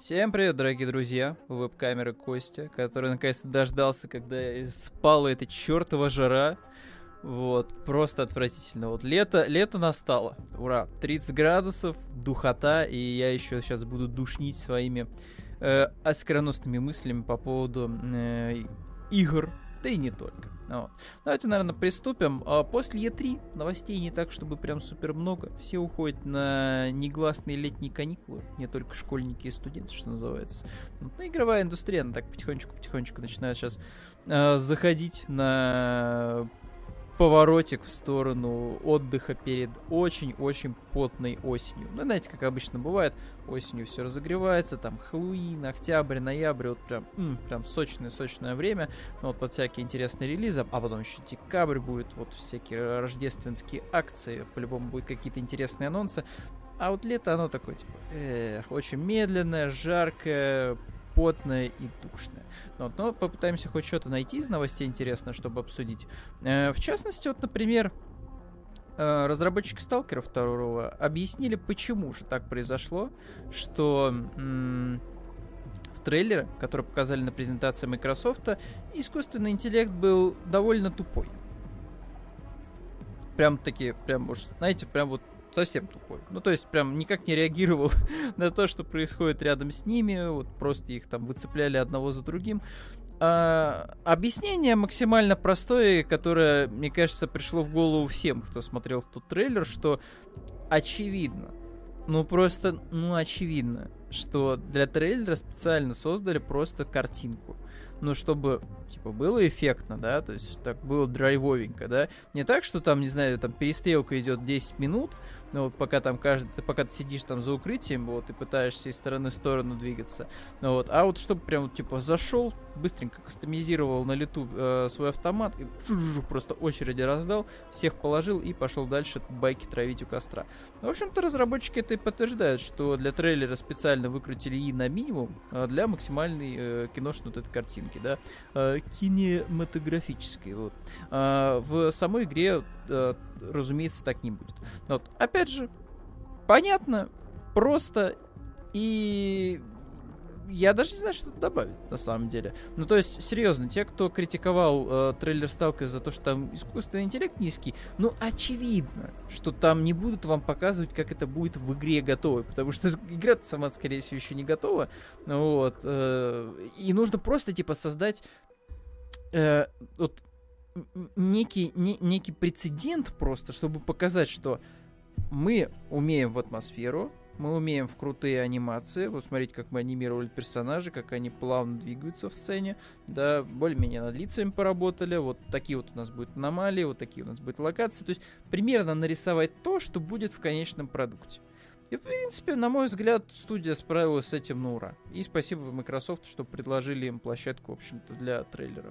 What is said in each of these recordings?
Всем привет, дорогие друзья, у веб-камеры Костя, который наконец-то дождался, когда спала эта чертова жара. Вот, просто отвратительно. Вот лето настало. Ура, 30 градусов, духота, и я еще сейчас буду душнить своими оскароносными мыслями по поводу игр, да и не только. Вот. Давайте, наверное, приступим. После E3 новостей не так, чтобы прям супер много. Все уходят на негласные летние каникулы. Не только школьники и студенты, что называется. Ну, игровая индустрия, она так потихонечку начинает сейчас заходить на поворотик в сторону отдыха перед очень-очень потной осенью. Ну, знаете, как обычно бывает, осенью все разогревается, там Хэллоуин, октябрь, ноябрь, вот прям сочное время, ну, вот под всякие интересные релизы, а потом еще декабрь будет, вот всякие рождественские акции, по-любому будут какие-то интересные анонсы, а вот лето, оно такое, типа, очень медленное, жаркое, потное и душное. Вот, но попытаемся хоть что-то найти из новостей интересное, чтобы обсудить. В частности, вот, например, разработчики Сталкера 2 объяснили, почему же так произошло, что в трейлере, который показали на презентации Microsoft, искусственный интеллект был довольно тупой. Прям уж, знаете, прям вот совсем тупой. Ну, то есть, прям никак не реагировал на то, что происходит рядом с ними. Вот просто их там выцепляли одного за другим. Объяснение максимально простое, которое, мне кажется, пришло в голову всем, кто смотрел тот трейлер, что очевидно, очевидно, что для трейлера специально создали просто картинку. Ну, чтобы, типа, было эффектно, да, то есть так было драйвовенько, да. Не так, что там, не знаю, там перестрелка идет 10 минут, ну, вот пока ты сидишь там за укрытием, вот, и пытаешься из стороны в сторону двигаться, ну, вот, а вот чтобы прям, типа, зашел, быстренько кастомизировал на лету свой автомат и просто очереди раздал, всех положил и пошел дальше байки травить у костра. В общем-то, разработчики это и подтверждают, что для трейлера специально выкрутили и на минимум для максимальной киношной вот этой картинки, да, кинематографической, вот. В самой игре, разумеется, так не будет. Вот. Опять же, понятно, просто, и я даже не знаю, что тут добавить, на самом деле. Ну, то есть, серьезно, те, кто критиковал трейлер Сталкера за то, что там искусственный интеллект низкий, ну, очевидно, что там не будут вам показывать, как это будет в игре готовой, потому что игра-то сама, скорее всего, еще не готова. Вот. И нужно просто, типа, создать вот некий прецедент просто, чтобы показать, что мы умеем в атмосферу, мы умеем в крутые анимации. Вот смотрите, как мы анимировали персонажей, как они плавно двигаются в сцене. Да, более-менее над лицами поработали. Вот такие вот у нас будут аномалии, вот такие у нас будут локации. То есть примерно нарисовать то, что будет в конечном продукте. И, в принципе, на мой взгляд, студия справилась с этим на ура. И спасибо Microsoft, что предложили им площадку, в общем-то, для трейлера.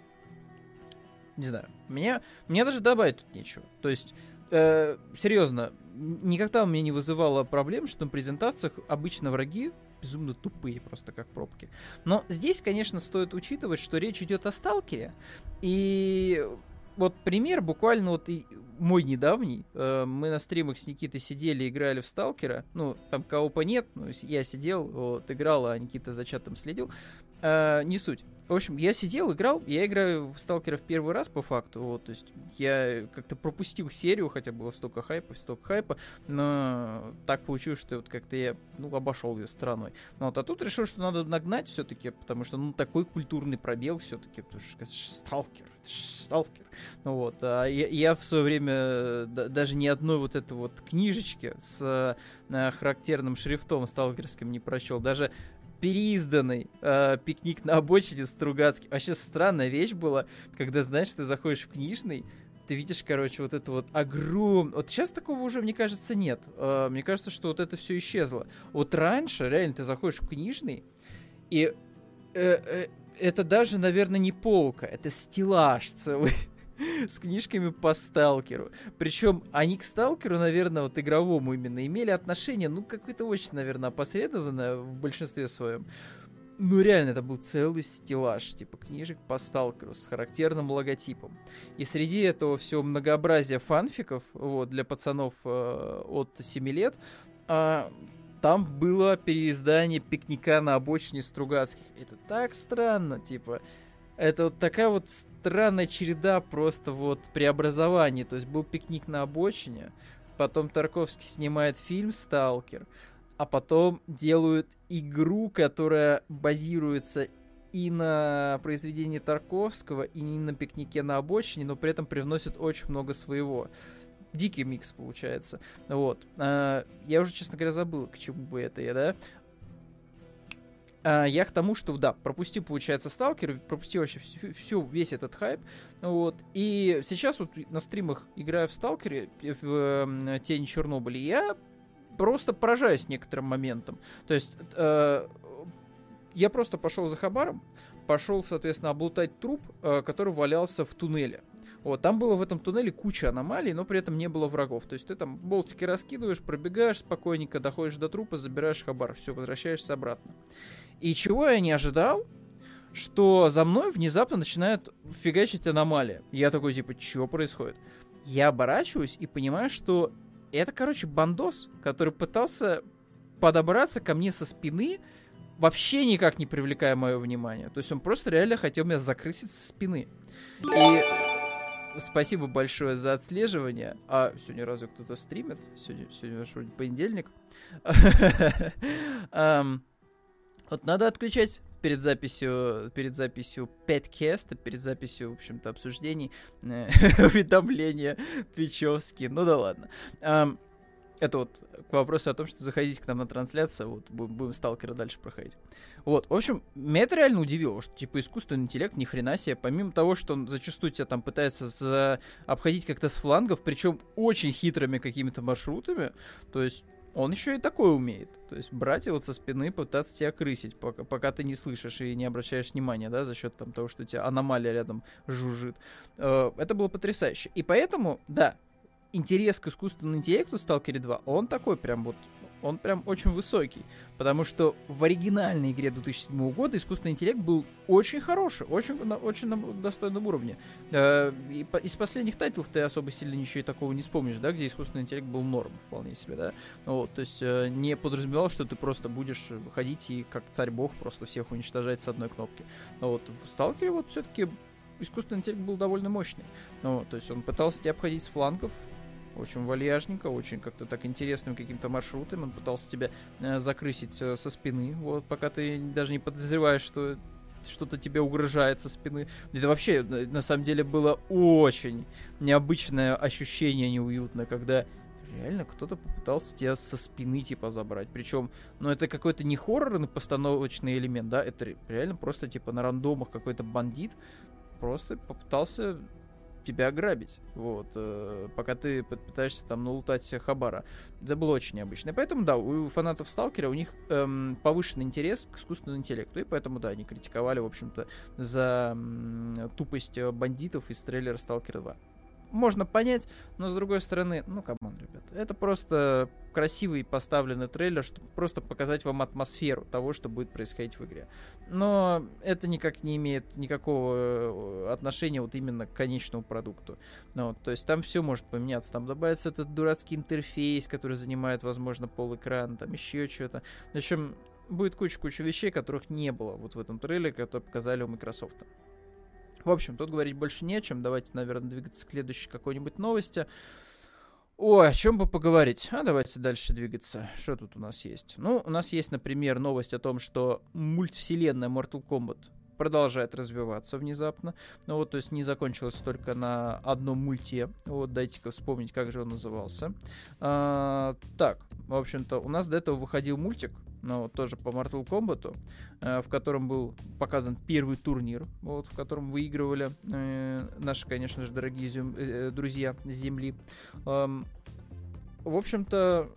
Не знаю, мне даже добавить тут нечего. То есть, серьезно, никогда у меня не вызывало проблем, что на презентациях обычно враги безумно тупые, просто как пробки. Но здесь, конечно, стоит учитывать, что речь идет о Сталкере. И вот пример буквально вот и мой недавний. Мы на стримах с Никитой сидели, играли в Сталкера. Ну, там коопа нет, но я сидел, вот, играл, а Никита за чатом следил. Не суть. В общем, я сидел, играл, я играю в Сталкера в первый раз по факту, вот, то есть я как-то пропустил серию, хотя было столько хайпа, но так получилось, что вот как-то я, обошел ее стороной. Ну, вот, а тут решил, что надо нагнать все-таки, потому что, такой культурный пробел все-таки, потому что Сталкер. Ну, вот, а я в свое время даже ни одной вот этой вот книжечки с характерным шрифтом сталкерским не прочел, даже переизданный «Пикник на обочине» Стругацкий. Вообще странная вещь была, когда, знаешь, ты заходишь в книжный, ты видишь, короче, вот это вот огромное... Вот сейчас такого уже, мне кажется, нет. Мне кажется, что вот это все исчезло. Вот раньше, реально, ты заходишь в книжный, и это даже, наверное, не полка, это стеллаж целый с книжками по Сталкеру. Причем они к Сталкеру, наверное, вот игровому именно, имели отношение, какое-то очень, наверное, опосредованное в большинстве своем. Реально, это был целый стеллаж, типа, книжек по Сталкеру с характерным логотипом. И среди этого всего многообразия фанфиков, вот, для пацанов от 7 лет, там было переиздание «Пикника на обочине» Стругацких. Это так странно, типа. Это вот такая вот странная череда просто вот преобразований. То есть был «Пикник на обочине», потом Тарковский снимает фильм «Сталкер», а потом делают игру, которая базируется и на произведении Тарковского, и на «Пикнике на обочине», но при этом привносит очень много своего. Дикий микс получается. Вот. Я уже, честно говоря, забыл, к чему бы это я, да? Я к тому, что, да, пропустил, получается, «Сталкер», пропустил вообще весь этот хайп, вот, и сейчас вот на стримах, играя в «Сталкере», в «Тени Чернобыля», я просто поражаюсь некоторым моментам. То есть, я просто пошел за хабаром, пошел, соответственно, облутать труп, который валялся в туннеле. Вот, там было в этом туннеле куча аномалий, но при этом не было врагов. То есть ты там болтики раскидываешь, пробегаешь спокойненько, доходишь до трупа, забираешь хабар, все, возвращаешься обратно. И чего я не ожидал, что за мной внезапно начинает фигачить аномалия. Я такой, типа, что происходит? Я оборачиваюсь и понимаю, что это, короче, бандос, который пытался подобраться ко мне со спины, вообще никак не привлекая мое внимание. То есть он просто реально хотел меня закрысить со спины. И спасибо большое за отслеживание. А сегодня разве кто-то стримит? Сегодня вроде понедельник. Вот надо отключать перед записью подкаста, перед записью, в общем-то, обсуждений, уведомления твичевские. Ну да ладно. Это вот к вопросу о том, что заходите к нам на трансляцию, вот будем «Сталкера» дальше проходить. Вот, в общем, меня это реально удивило, что, типа, искусственный интеллект, ни хрена себе, помимо того, что он зачастую тебя там пытается обходить как-то с флангов, причем очень хитрыми какими-то маршрутами, то есть он еще и такое умеет. То есть брать его со спины, пытаться тебя крысить, пока ты не слышишь и не обращаешь внимания, да, за счет там, того, что у тебя аномалия рядом жужжит. Это было потрясающе. И поэтому, да, интерес к искусственному интеллекту в «Сталкере 2», он такой прям вот, он прям очень высокий, потому что в оригинальной игре 2007 года искусственный интеллект был очень хороший, очень на достойном уровне. Из последних тайтлов ты особо сильно ничего и такого не вспомнишь, да, где искусственный интеллект был норм вполне себе, да, вот, то есть не подразумевал, что ты просто будешь ходить и как царь-бог просто всех уничтожать с одной кнопки. Вот, в «Сталкере» вот все-таки искусственный интеллект был довольно мощный, то есть он пытался тебя обходить с флангов, очень вальяжненько, очень как-то так интересным каким-то маршрутом. Он пытался тебя закрысить со спины, вот, пока ты даже не подозреваешь, что что-то тебе угрожает со спины. Это вообще, на самом деле, было очень необычное ощущение, неуютное, когда реально кто-то попытался тебя со спины, типа, забрать. Причем, ну, это какой-то не хоррорный постановочный элемент, да, это реально просто, типа, на рандомах какой-то бандит просто попытался тебя ограбить, вот, пока ты пытаешься там налутать хабара. Это было очень необычно. И поэтому, да, у фанатов «Сталкера» у них повышенный интерес к искусственному интеллекту, и поэтому, да, они критиковали, в общем-то, за тупость бандитов из трейлера «Сталкера 2». Можно понять, но с другой стороны, ну, камон, ребят, это просто красивый поставленный трейлер, чтобы просто показать вам атмосферу того, что будет происходить в игре. Но это никак не имеет никакого отношения вот именно к конечному продукту. Ну, вот, то есть там все может поменяться, там добавится этот дурацкий интерфейс, который занимает, возможно, полэкрана, там еще что-то. В общем, будет куча вещей, которых не было вот в этом трейлере, которые показали у Microsoft. В общем, тут говорить больше не о чем. Давайте, наверное, двигаться к следующей какой-нибудь новости. Ой, о чем бы поговорить? Давайте дальше двигаться. Что тут у нас есть? Ну, у нас есть, например, новость о том, что мультвселенная Mortal Kombat продолжает развиваться внезапно. Ну вот, то есть не закончилось только на одном мульте. Вот, дайте-ка вспомнить, как же он назывался. Так, в общем-то, у нас до этого выходил мультик, но тоже по Mortal Kombat, в котором был показан первый турнир, вот, в котором выигрывали наши, конечно же, дорогие друзья с Земли. В общем-то,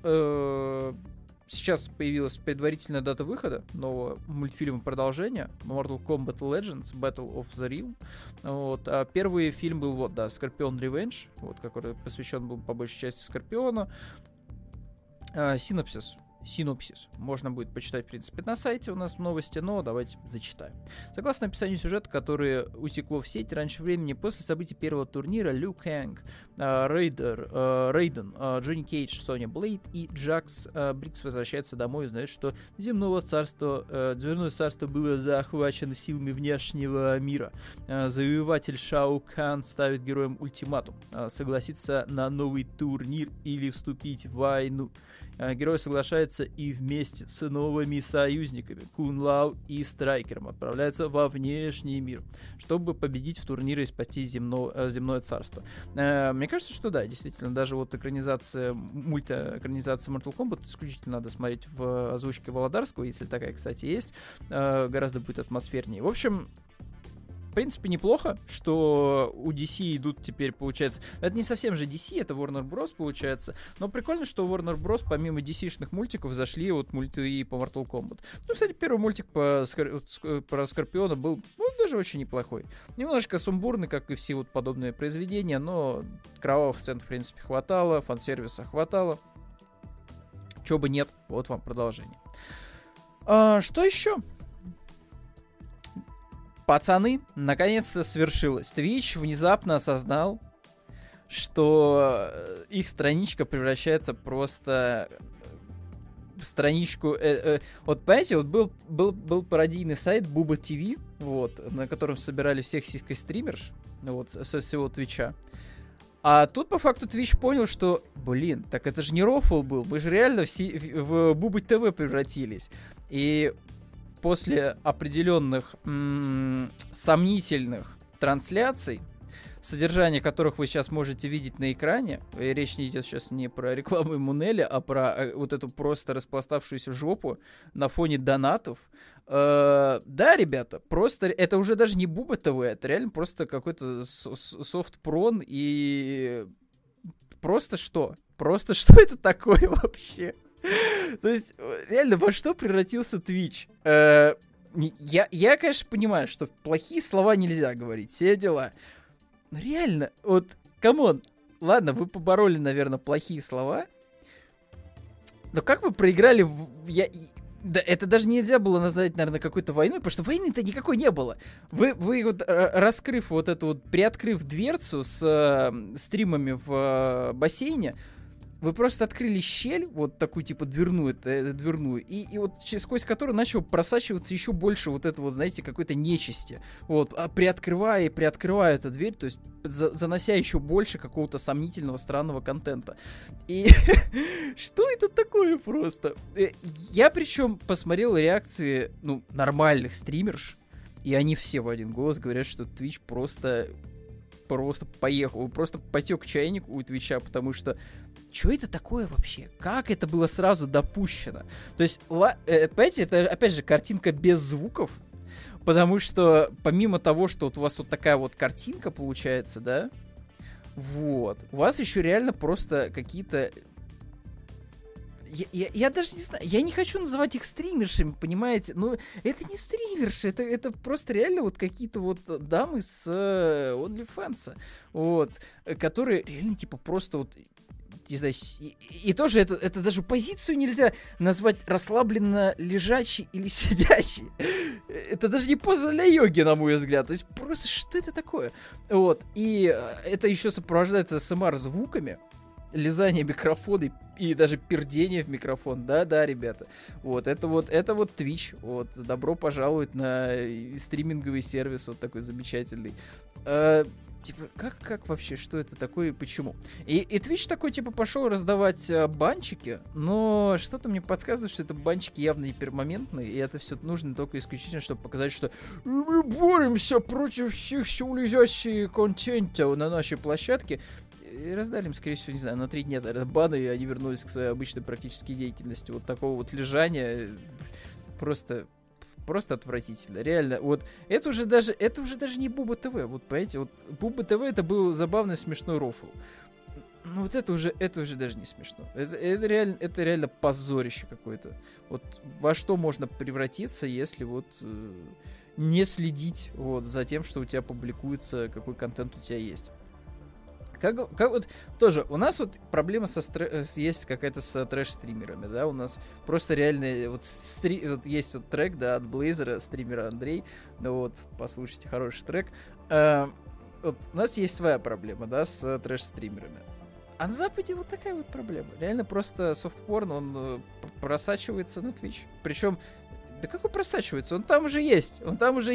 сейчас появилась предварительная дата выхода нового мультфильма продолжения Mortal Kombat Legends Battle of the Realm. Вот. А первый фильм был, вот, да, Scorpion Revenge, вот, который посвящен был по большей части Скорпиону. Синопсис синопсис. Можно будет почитать, в принципе, на сайте у нас в новости, но давайте зачитаем. Согласно описанию сюжета, который усекло в сеть раньше времени, после событий первого турнира Лю Кэнг, Рейден, Джонни Кейдж, Соня Блейд и Джакс Брикс возвращаются домой и узнают, что Дверное царство было захвачено силами внешнего мира. Завоеватель Шао Кан ставит героям ультиматум: согласиться на новый турнир или вступить в войну. Герои соглашаются и вместе с новыми союзниками Кун Лао и Страйкером отправляются во внешний мир, чтобы победить в турнире и спасти земное царство. Мне кажется, что да, действительно, даже вот экранизация Mortal Kombat исключительно надо смотреть в озвучке Володарского, если такая, кстати, есть, гораздо будет атмосфернее. В общем, в принципе, неплохо, что у DC идут теперь, получается... Это не совсем же DC, это Warner Bros. Получается. Но прикольно, что Warner Bros. Помимо DC-шных мультиков зашли вот мульты по Mortal Kombat. Ну, кстати, первый мультик про Скорпиона был, ну, даже очень неплохой. Немножко сумбурный, как и все вот подобные произведения, но кровавых сцен, в принципе, хватало, фан-сервиса хватало. Чего бы нет, вот вам продолжение. Что еще? Пацаны, наконец-то свершилось. Twitch внезапно осознал, что их страничка превращается просто в страничку... Вот, понимаете, вот был пародийный сайт Буба ТВ, вот, на котором собирали всех сиськостримерш, вот, со всего Твича. А тут, по факту, Twitch понял, что, блин, так это же не рофл был, мы же реально в Буба ТВ превратились. И после определенных сомнительных трансляций, содержание которых вы сейчас можете видеть на экране, и речь не идет сейчас не про рекламу Мунели, а про вот эту просто распластавшуюся жопу на фоне донатов. Да, ребята, просто это уже даже не Буба ТВ, это реально просто какой-то софт-прон и... Просто что? Просто что это такое вообще? То есть, реально, во что превратился Twitch? Я, конечно, понимаю, что плохие слова нельзя говорить, все дела. Но реально, вот, камон, ладно, вы побороли, наверное, плохие слова, но как вы проиграли... Да, это даже нельзя было назвать, наверное, какой-то войной, потому что войны-то никакой не было. Вы вот раскрыв вот эту вот, приоткрыв дверцу с стримами в бассейне, вы просто открыли щель, вот такую, типа, дверную, и вот сквозь которую начал просачиваться еще больше вот это вот, знаете, какой-то нечисти. Вот, приоткрывая эту дверь, то есть занося еще больше какого-то сомнительного, странного контента. И что это такое просто? Я причем посмотрел реакции, ну, нормальных стримерш, и они все в один голос говорят, что Twitch просто поехал, просто потек чайник у Твича, потому что что это такое вообще? Как это было сразу допущено? То есть, понимаете, это, опять же, картинка без звуков, потому что помимо того, что вот у вас вот такая вот картинка получается, да, вот, у вас еще реально просто какие-то... Я даже не знаю, я не хочу называть их стримершами, понимаете, но это не стримерши, это просто реально вот какие-то вот дамы с OnlyFans, вот, которые реально типа просто вот, не знаю, и тоже это даже позицию нельзя назвать расслабленно лежачей или сидящей. Это даже не поза для йоги, на мой взгляд. То есть просто что это такое? Вот, и это еще сопровождается СМР звуками, лизание микрофона и даже пердение в микрофон. Да, ребята. Вот это вот Twitch. Вот, добро пожаловать на стриминговый сервис вот такой замечательный. Типа, как вообще, что это такое и почему? И Twitch такой, типа, пошел раздавать банчики, но что-то мне подсказывает, что это банчики явно не пермоментные, и это все нужно только исключительно, чтобы показать, что мы боремся против всех улезящих контента на нашей площадке. И раздали им, скорее всего, не знаю, на 3 дня, наверное, баны, и они вернулись к своей обычной практической деятельности. Вот такого вот лежания просто отвратительно. Реально, вот это уже даже не Буба ТВ. Вот, понимаете, вот Буба ТВ это был забавный, смешной рофл. Ну вот это уже даже не смешно. Это реально позорище какое-то. Вот во что можно превратиться, если вот не следить вот за тем, что у тебя публикуется, какой контент у тебя есть. Как вот тоже у нас вот проблема есть какая-то с трэш-стримерами, да, у нас просто реально вот, вот есть вот трек, да, от Блейзера, стримера Андрей, ну вот, послушайте, хороший трек. Вот у нас есть своя проблема, да, с трэш-стримерами. А на Западе вот такая вот проблема. Реально просто софтпорн, он просачивается на Twitch. Причем, да какой просачивается? Он там уже есть.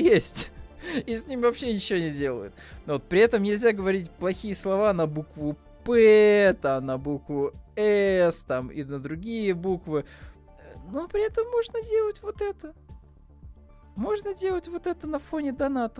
И с ним вообще ничего не делают. Но вот при этом нельзя говорить плохие слова на букву П, там, на букву С, там, и на другие буквы. Но при этом можно делать вот это. Можно делать вот это на фоне донатов.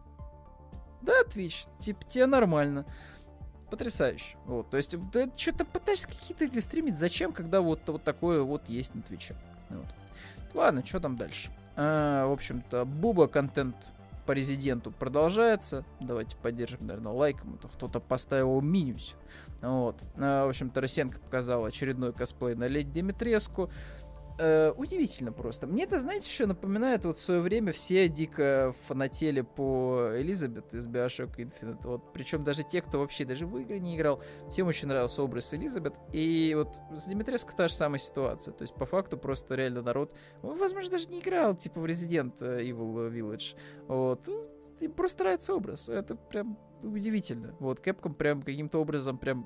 Да, Twitch, типа, тебе нормально. Потрясающе. Вот, то есть, ты что-то пытаешься какие-то игры стримить, зачем, когда вот такое вот есть на Твиче. Вот. Ладно, что там дальше? В общем-то, Буба контент по Резиденту продолжается. Давайте поддержим, наверное, лайком. А то кто-то поставил минус. Вот. В общем-то, Росенко показал очередной косплей на Леди Димитреску. Удивительно просто. Мне это, знаете, что напоминает? Вот в свое время все дико фанатели по Элизабет из Bioshock Infinite. Вот, причем даже те, кто вообще даже в игры не играл, всем очень нравился образ Элизабет. И вот с Димитреску та же самая ситуация. То есть, по факту, просто реально народ, он, возможно, даже не играл, типа, в Resident Evil Village. Вот. Им просто нравится образ. Это прям удивительно. Вот, Capcom прям каким-то образом прям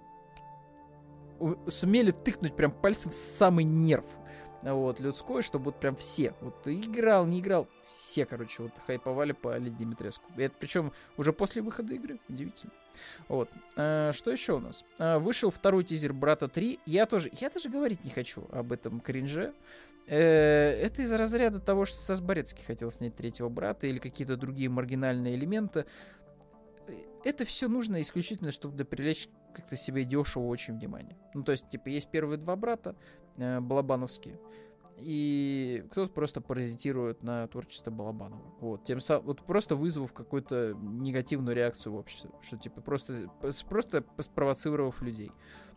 сумели тыкнуть прям пальцем в самый нерв. Вот, людской, чтобы вот прям все, вот играл, не играл, все, короче, вот хайповали по Леди Димитреску. И это причем уже после выхода игры, удивительно. Вот, что еще у нас? Вышел второй тизер Брата 3, я даже говорить не хочу об этом кринже. Это из разряда того, что Стас Борецкий хотел снять третьего Брата или какие-то другие маргинальные элементы. Это все нужно исключительно, чтобы привлечь как-то себе дешево очень внимание. Ну, то есть, типа, есть первые два брата, балабановские, и кто-то просто паразитирует на творчество Балабанова. Вот, тем самым, вот просто вызвав какую-то негативную реакцию в обществе, что, типа, просто спровоцировав людей.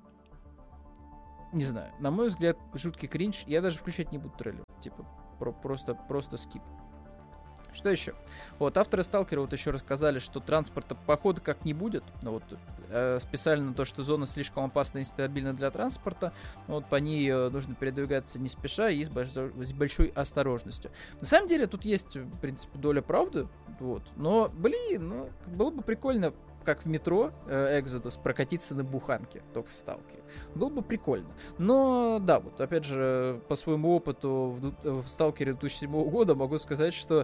Не знаю, на мой взгляд, жуткий кринж, я даже включать не буду трейлер, типа, просто скип. Что еще? Вот, авторы Сталкера вот еще рассказали, что транспорта, походу, как не будет. Ну, вот, списали на то, что зона слишком опасна и нестабильна для транспорта. Вот, по ней нужно передвигаться не спеша и с большой осторожностью. На самом деле, тут есть, в принципе, доля правды. Вот, но, ну, было бы прикольно, как в метро Exodus, прокатиться на буханке, только в Сталкере. Было бы прикольно. Но, да, вот, опять же, по своему опыту в Сталкере 2007 года могу сказать, что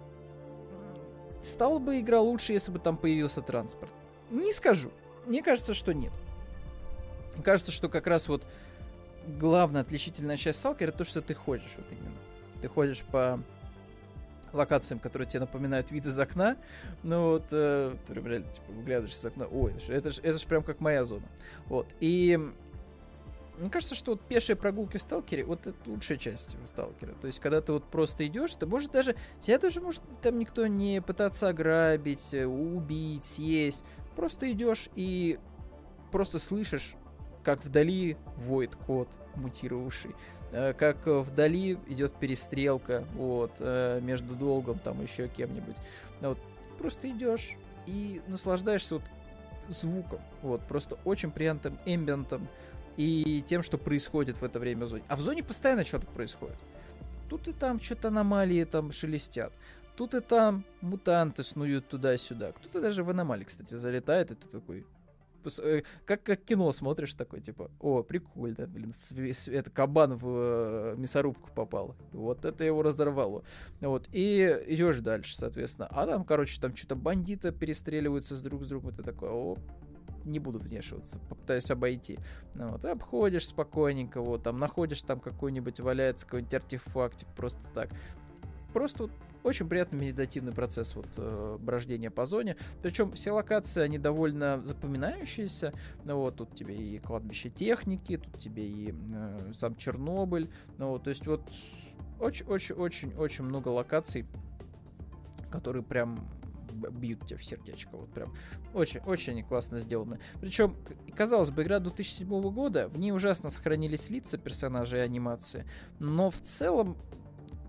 стала бы игра лучше, если бы там появился транспорт. Не скажу. Мне кажется, что нет. Мне кажется, что как раз вот главная отличительная часть Сталкера — то, что ты ходишь вот именно. Ты ходишь по локациям, которые тебе напоминают вид из окна. Ну вот, ты реально, типа, выглядываешь из окна. Ой, это ж прям как моя зона. Вот. И мне кажется, что вот пешие прогулки в Сталкере, вот это лучшая часть Сталкера. То есть, когда ты вот просто идешь, ты можешь даже... Тебя даже может там никто не пытаться ограбить, убить, съесть. Просто идешь и просто слышишь, как вдали воет кот мутировавший. Как вдали идет перестрелка, вот, между Долгом, там еще кем-нибудь. Вот, просто идешь и наслаждаешься вот звуком. Вот, просто очень приятным эмбиентом и тем, что происходит в это время в зоне. А в зоне постоянно что-то происходит. Тут и там что-то аномалии там шелестят. Тут и там мутанты снуют туда-сюда. Кто-то даже в аномалии, кстати, залетает, и ты такой... Как кино смотришь такой, типа, о, прикольно, блин, это кабан в мясорубку попал. Вот это его разорвало. Вот, и идешь дальше, соответственно. А там, короче, там что-то бандиты перестреливаются друг с другом. И ты такой, о, не буду вмешиваться, попытаюсь обойти. Ну, вот, и обходишь спокойненько, вот, там, находишь там какой-нибудь, валяется какой-нибудь артефактик, просто так. Просто вот очень приятный медитативный процесс вот брождения по зоне. Причем все локации, они довольно запоминающиеся. Ну вот, тут тебе и кладбище техники, тут тебе и сам Чернобыль. Ну вот, то есть вот очень-очень-очень-очень много локаций, которые прям бьют тебя в сердечко. Вот прям очень-очень классно сделаны. Причем, казалось бы, игра 2007 года, в ней ужасно сохранились лица персонажей и анимации, но в целом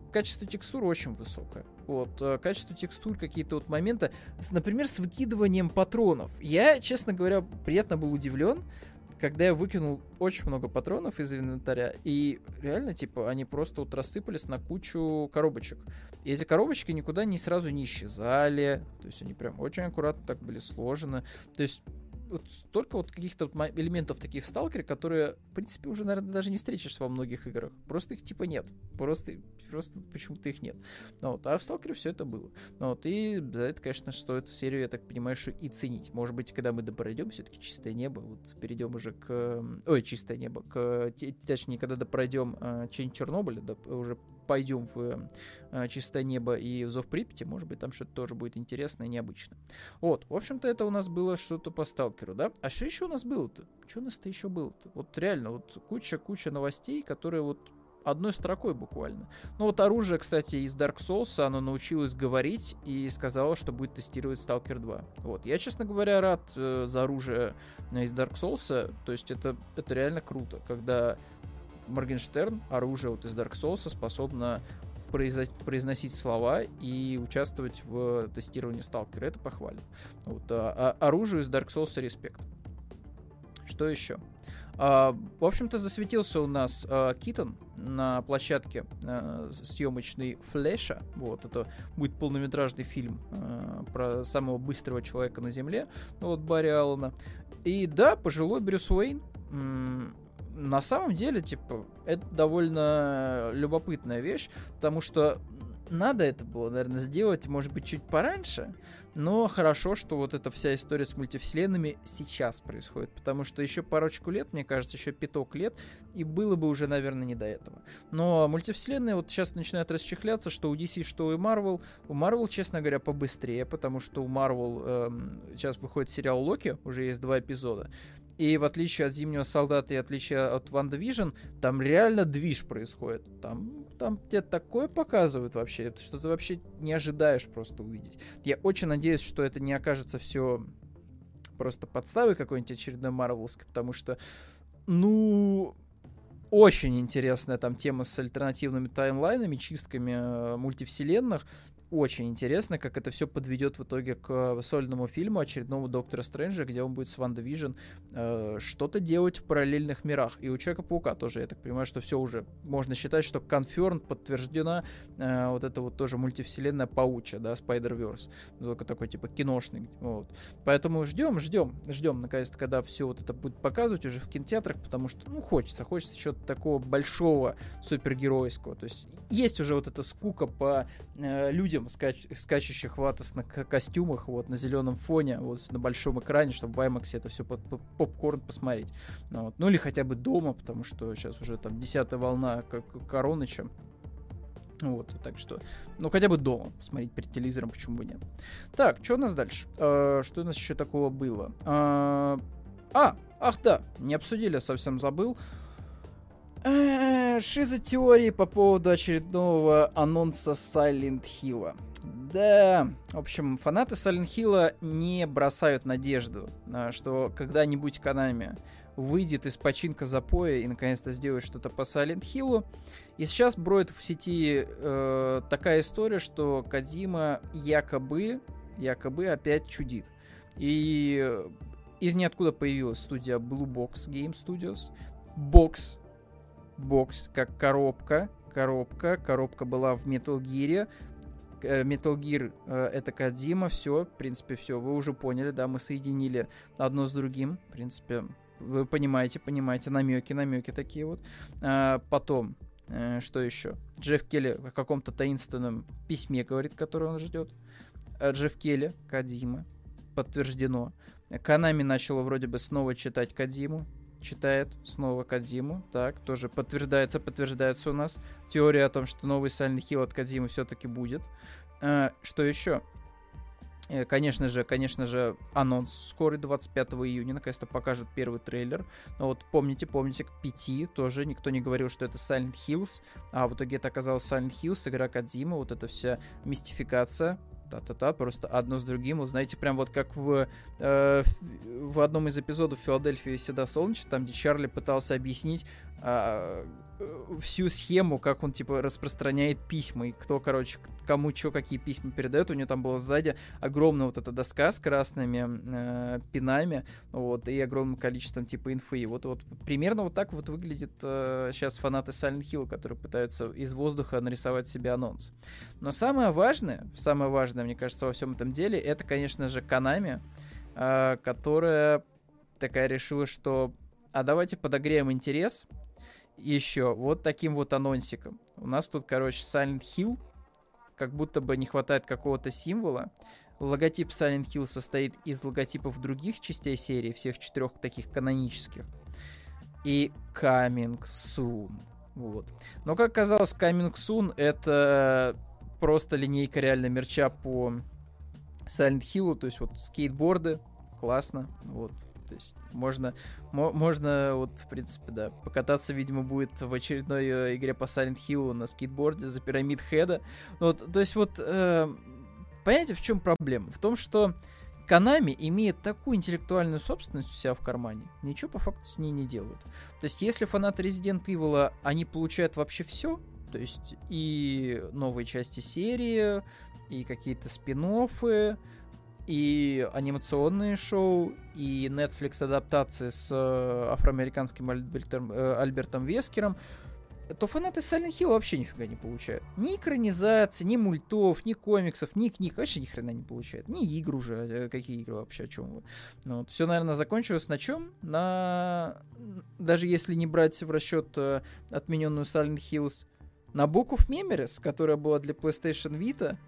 качество текстур очень высокое. Вот, качество текстур, какие-то вот моменты, например, с выкидыванием патронов. Я, честно говоря, приятно был удивлен, когда я выкинул очень много патронов из инвентаря, и реально, типа, они просто вот рассыпались на кучу коробочек. И эти коробочки никуда сразу не исчезали, то есть они прям очень аккуратно так были сложены. То есть вот столько вот каких-то вот элементов таких в Сталкере, которые, в принципе, уже, наверное, даже не встретишь во многих играх. Просто их типа нет. Просто почему-то их нет. Вот. А в Сталкере все это было. Вот. И за это, конечно, стоит серию, я так понимаю, что и ценить. Может быть, когда мы допройдем все-таки Чистое небо, вот перейдем уже к... Ой, Чистое небо. Точнее, когда допройдем Тень Чернобыля, уже пойдем в Чистое небо и в Зов Припяти, может быть, там что-то тоже будет интересное и необычное. Вот, в общем-то, это у нас было что-то по Сталкеру, да? А что еще у нас было-то? Что у нас-то еще было-то? Вот реально, вот куча новостей, которые вот одной строкой буквально. Ну вот оружие, кстати, из Dark Souls, оно научилось говорить и сказала, что будет тестировать Stalker 2. Вот. Я, честно говоря, рад за оружие из Dark Souls, то есть это реально круто, когда Моргенштерн, оружие вот из Dark Souls, способно произносить слова и участвовать в тестировании Сталкера. Это похвально. Вот, оружию из Dark Souls респект. Что еще? В общем-то, засветился у нас Китон на площадке съемочной Флэша. Вот, это будет полнометражный фильм про самого быстрого человека на Земле, вот, Барри Аллена. И да, пожилой Брюс Уэйн. На самом деле, типа, это довольно любопытная вещь, потому что надо это было, наверное, сделать, может быть, чуть пораньше, но хорошо, что вот эта вся история с мультивселенными сейчас происходит, потому что еще парочку лет, мне кажется, еще пяток лет, и было бы уже, наверное, не до этого. Но мультивселенные вот сейчас начинают расчехляться, что у DC, что у Marvel. У Marvel, честно говоря, побыстрее, потому что у Marvel сейчас выходит сериал Локи, уже есть 2 эпизода. И в отличие от Зимнего Солдата и в отличие от WandaVision, там реально движ происходит. Там тебе такое показывают вообще, что ты вообще не ожидаешь просто увидеть. Я очень надеюсь, что это не окажется все просто подставой какой-нибудь очередной марвелской, потому что, очень интересная там тема с альтернативными таймлайнами, чистками мультивселенных. Очень интересно, как это все подведет в итоге к сольному фильму очередного Доктора Стрэнджа, где он будет с Ванда Вижн что-то делать в параллельных мирах. И у Человека-паука тоже, я так понимаю, что все уже можно считать, что confirmed, подтверждена вот это вот тоже мультивселенная паучья, да, Spider-Verse. Только такой типа киношный. Вот. Поэтому ждем, наконец-то, когда все вот это будет показывать уже в кинотеатрах, потому что, хочется чего-то такого большого, супергеройского. То есть уже вот эта скука по людям, скачущих в латексных костюмах, вот, на зеленом фоне, вот, на большом экране, чтобы в IMAX это все под попкорн посмотреть. Вот. Ну, или хотя бы дома, потому что сейчас уже там 10-я волна Короныча. Вот, так что, хотя бы дома посмотреть перед телевизором, почему бы нет. Так, что у нас дальше? Что у нас еще такого было? Да, не обсудили, совсем забыл. Шизотеории по поводу очередного анонса Silent Hill'а. Да, в общем, фанаты Silent Hill'а не бросают надежду, что когда-нибудь Konami выйдет из починка запоя и наконец-то сделает что-то по Silent Hill'у. И сейчас бродит в сети такая история, что Кодзима якобы опять чудит. И из ниоткуда появилась студия Blue Box Game Studios. Бокс, как коробка. Коробка была в Metal Gear. Metal Gear это Кодзима. Все, в принципе, все. Вы уже поняли, да, мы соединили одно с другим. В принципе, вы понимаете, намеки такие вот. Потом, что еще? Джефф Келли в каком-то таинственном письме говорит, которое он ждет. Джефф Келли, Кодзима. Подтверждено. Konami начала вроде бы снова читать Кодзиму. Читает снова Кодзиму. Так, тоже подтверждается у нас теория о том, что новый Silent Hill от Кодзимы все-таки будет. Что еще? Конечно же, анонс скорый 25 июня. Наконец-то покажут первый трейлер. Но вот помните, к 5 тоже никто не говорил, что это Silent Hills. А в итоге это оказалось Silent Hills, игра Кодзимы. Вот эта вся мистификация. Просто одно с другим. Вы знаете, прям вот как в одном из эпизодов «Филадельфии всегда солнечно», там, где Чарли пытался объяснить, всю схему, как он, типа, распространяет письма, и кто, короче, кому что, какие письма передает. У него там была сзади огромная вот эта доска с красными пинами, вот, и огромным количеством, типа, инфы. И вот примерно вот так вот выглядит сейчас фанаты Silent Hill, которые пытаются из воздуха нарисовать себе анонс. Но самое важное, мне кажется, во всем этом деле, это, конечно же, Konami, которая такая решила, что давайте подогреем интерес еще вот таким вот анонсиком. У нас тут, короче, Silent Hill, как будто бы не хватает какого-то символа. Логотип Silent Hill состоит из логотипов других частей серии, всех 4 таких канонических. И Coming Soon. Вот. Но, как оказалось, Coming Soon — это просто линейка реально мерча по Silent Hill, то есть вот скейтборды, классно, вот. То есть можно вот, в принципе, да, покататься, видимо, будет в очередной игре по Silent Hill на скейтборде за Pyramid Head. Вот, то есть вот, понимаете, в чем проблема? В том, что Konami имеет такую интеллектуальную собственность у себя в кармане, ничего по факту с ней не делают. То есть если фанаты Resident Evil, они получают вообще все, то есть и новые части серии, и какие-то спин-оффы, и анимационные шоу, и Netflix адаптации с афроамериканским Альбертом Вескером, то фанаты Silent Hill вообще нифига не получают. Ни экранизации, ни мультов, ни комиксов, ни книг, вообще ни хрена не получают. Ни игр уже, какие игры вообще, о чем вы. Ну, вот. Все, наверное, закончилось на чем? Даже если не брать в расчет отмененную Silent Hills, на Book of Memories, которая была для PlayStation Vita,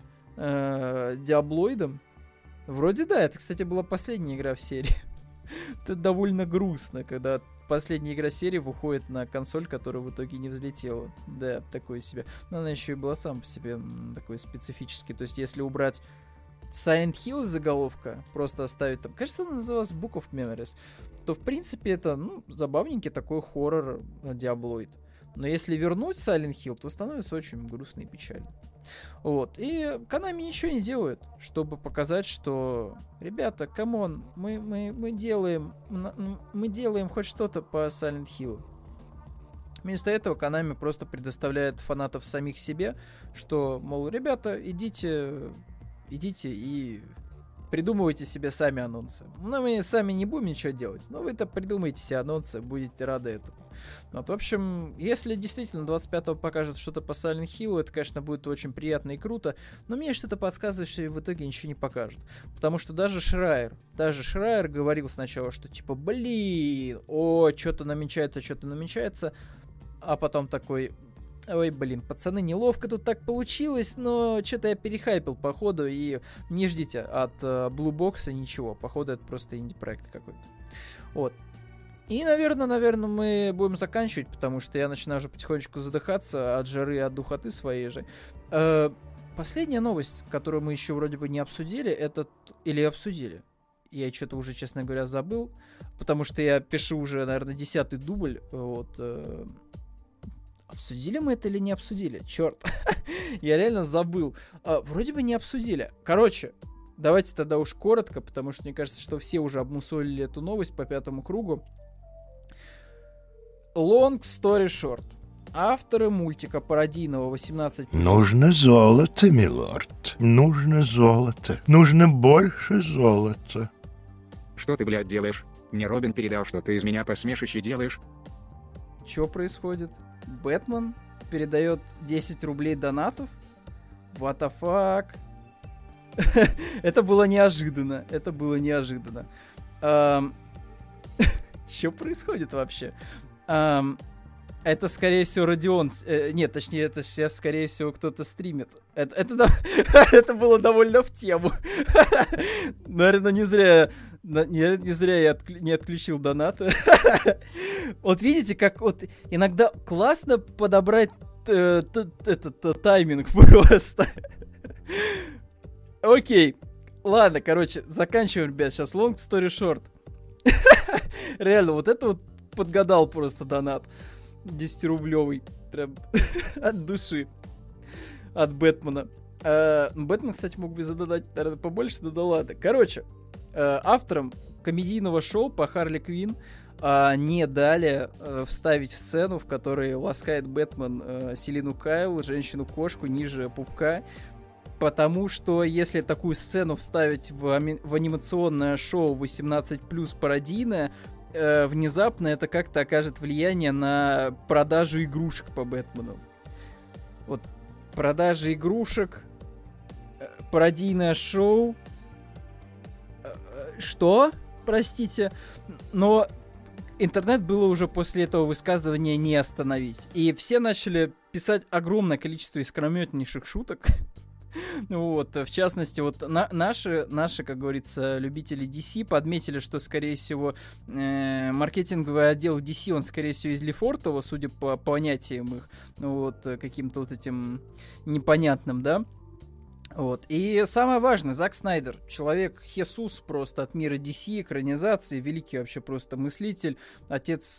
Диаблоидом. Вроде да, это, кстати, была последняя игра в серии. Это довольно грустно, когда последняя игра серии выходит на консоль, которая в итоге не взлетела. Да, такое себе. Но она еще и была сама по себе такой специфической. То есть, если убрать Silent Hill заголовка, просто оставить там, кажется, она называлась Book of Memories, то, в принципе, это, забавненький такой хоррор Диаблоид. Но если вернуть Silent Hill, то становится очень грустно и печально. Вот. И Konami ничего не делает, чтобы показать, что ребята, камон, мы делаем хоть что-то по Silent Hill. Вместо этого Konami просто предоставляет фанатов самих себе, что, мол, ребята, идите и придумывайте себе сами анонсы. Мы сами не будем ничего делать, но вы-то придумайте себе анонсы, будете рады этому. Вот, в общем, если действительно 25-го покажут что-то по Silent Hill, это, конечно, будет очень приятно и круто, но мне что-то подсказывает, что в итоге ничего не покажут. Потому что даже Шрайер говорил сначала, что типа, что-то намечается, а потом такой... Ой, пацаны, неловко тут так получилось, но что-то я перехайпил, походу, и не ждите от Blue Box ничего, походу, это просто инди-проект какой-то. Вот. И, наверное, мы будем заканчивать, потому что я начинаю уже потихонечку задыхаться от жары и от духоты своей же. Последняя новость, которую мы еще вроде бы не обсудили, или обсудили. Я что-то уже, честно говоря, забыл, потому что я пишу уже, наверное, 10-й дубль, вот... Обсудили мы это или не обсудили? Черт, я реально забыл. Вроде бы не обсудили. Короче, давайте тогда уж коротко, потому что мне кажется, что все уже обмусолили эту новость по 5-му кругу. Long story short. Авторы мультика пародийного 18+. Нужно золото, милорд. Нужно золото. Нужно больше золота. Что ты, блядь, делаешь? Мне Робин передал, что ты из меня посмешище делаешь. Что происходит? Бэтмен передает 10 рублей донатов? What the fuck? Это было неожиданно. Что происходит вообще? Это, скорее всего, Родион... Нет, точнее, это сейчас, скорее всего, кто-то стримит. Это было довольно в тему. Наверное, не зря я не отключил донаты. Вот видите, как вот иногда классно подобрать этот тайминг просто. Окей. Ладно, короче, заканчиваем, ребят. Сейчас long story short. Реально, вот это вот подгадал просто донат. 10-рублевый. Прям от души. От Бэтмена. Бэтмен, кстати, мог бы задонатить, наверное, побольше, но да ладно. Короче, автором комедийного шоу по Харли Квинн не дали вставить в сцену, в которой ласкает Бэтмен Селину Кайл, женщину-кошку, ниже пупка. Потому что если такую сцену вставить в анимационное шоу 18+, пародийное, внезапно это как-то окажет влияние на продажу игрушек по Бэтмену. Вот продажи игрушек, пародийное шоу. Что? Простите. Но интернет было уже после этого высказывания не остановить. И все начали писать огромное количество искрометнейших шуток. Вот, в частности, вот наши, как говорится, любители DC подметили, что, скорее всего, маркетинговый отдел DC, он, скорее всего, из Лефортово, судя по понятиям их, вот, каким-то вот этим непонятным, да. Вот. И самое важное, Зак Снайдер, человек Хесус просто от мира DC, экранизации, великий вообще просто мыслитель, отец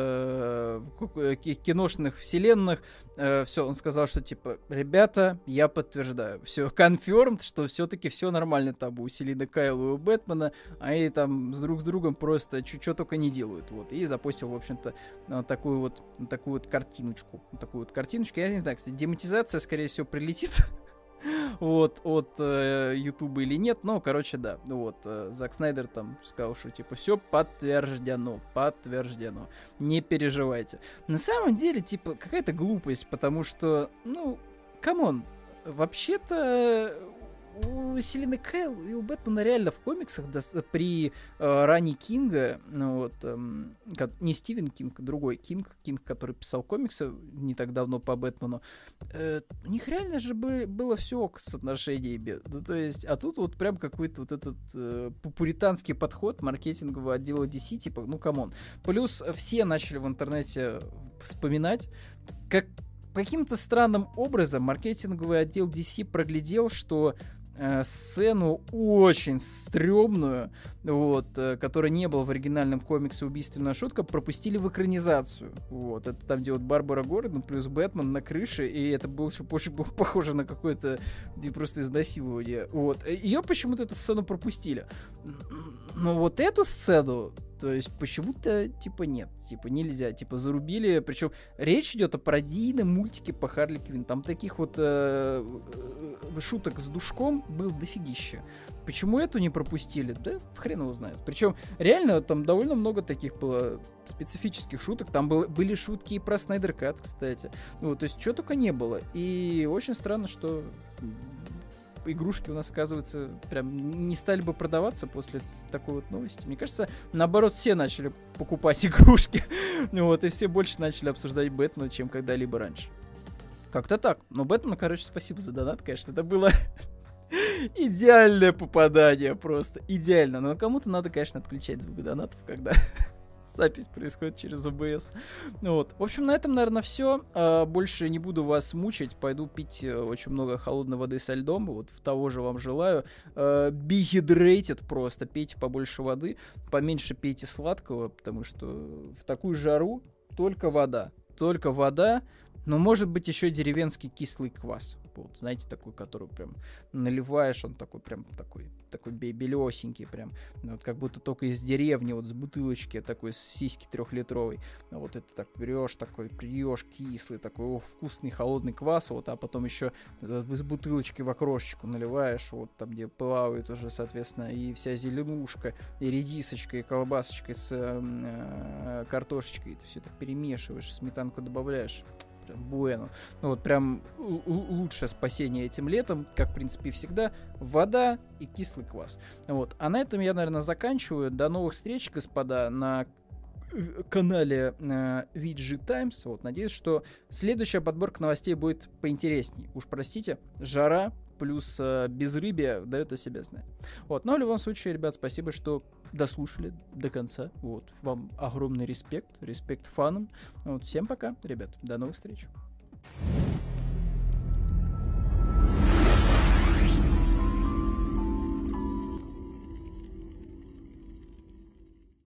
киношных вселенных. Все, он сказал, что типа, ребята, я подтверждаю, все, confirmed, что все-таки все нормально там у Селины Кайл и у Бэтмена, они там друг с другом просто что только не делают. Вот. И запустил, в общем-то, такую вот картиночку. Я не знаю, кстати, демонетизация, скорее всего, прилетит. Вот, от Ютуба или нет, но, короче, да, вот, Зак Снайдер там сказал, что, типа, все подтверждено, не переживайте. На самом деле, типа, какая-то глупость, потому что, ну, камон, вообще-то у Селины Кайл и у Бэтмена реально в комиксах при ране Кинга, ну вот, не Стивен Кинг, другой Кинг, который писал комиксы не так давно по Бэтмену, у них реально же было все с отношениями. Ну, то есть, а тут вот прям какой-то вот этот пуританский подход маркетингового отдела DC, типа, ну камон. Плюс все начали в интернете вспоминать, как каким-то странным образом маркетинговый отдел DC проглядел, что сцену очень стрёмную, вот, которая не была в оригинальном комиксе «Убийственная шутка», пропустили в экранизацию. Вот, это там, где вот Барбара Гордон плюс Бэтмен на крыше, и это было очень похоже на какое-то просто изнасилование. Вот. Ее почему-то эту сцену пропустили. Но вот эту сцену, то есть почему-то, типа, нет, типа, нельзя, типа, зарубили, причем речь идет о пародийном мультике по Харли Квинн, там таких вот шуток с душком было дофигища. Почему эту не пропустили? Да хрен его знает. Причем реально там довольно много таких было специфических шуток, там были шутки и про Снайдер Кат, кстати. Ну, то есть, чего только не было. И очень странно, что игрушки у нас, оказывается, прям не стали бы продаваться после такой вот новости. Мне кажется, наоборот, все начали покупать игрушки. Вот, и все больше начали обсуждать Бэтмена, чем когда-либо раньше. Как-то так. Но Бэтмену, короче, спасибо за донат, конечно. Это было идеальное попадание просто. Идеально. Но кому-то надо, конечно, отключать звук донатов, когда запись происходит через OBS. Вот. В общем, на этом, наверное, все. Больше не буду вас мучить. Пойду пить очень много холодной воды со льдом. Вот того же вам желаю. Be hydrated просто. Пейте побольше воды. Поменьше пейте сладкого, потому что в такую жару только вода. Только вода. Но может быть еще деревенский кислый квас. Вот, знаете, такой, который прям наливаешь, он такой прям такой белесенький, прям, вот как будто только из деревни, вот с бутылочки, такой с сиськи 3-литровой. Вот это так берешь, такой пьешь кислый, такой вкусный холодный квас, вот, а потом еще с бутылочки в окрошечку наливаешь, вот там, где плавает уже, соответственно, и вся зеленушка, и редисочка, и колбасочка с картошечкой, и ты все это перемешиваешь, сметанку добавляешь. Прям буэно. Ну вот прям лучшее спасение этим летом, как в принципе и всегда, вода и кислый квас. Вот. А на этом я, наверное, заканчиваю. До новых встреч, господа, на канале VG Times. Вот, надеюсь, что следующая подборка новостей будет поинтересней. Уж простите, жара плюс безрыбье дает о себе знать. Вот. Но в любом случае, ребят, спасибо, что дослушали до конца. Вот. Вам огромный респект фанам. Вот. Всем пока, ребят. До новых встреч.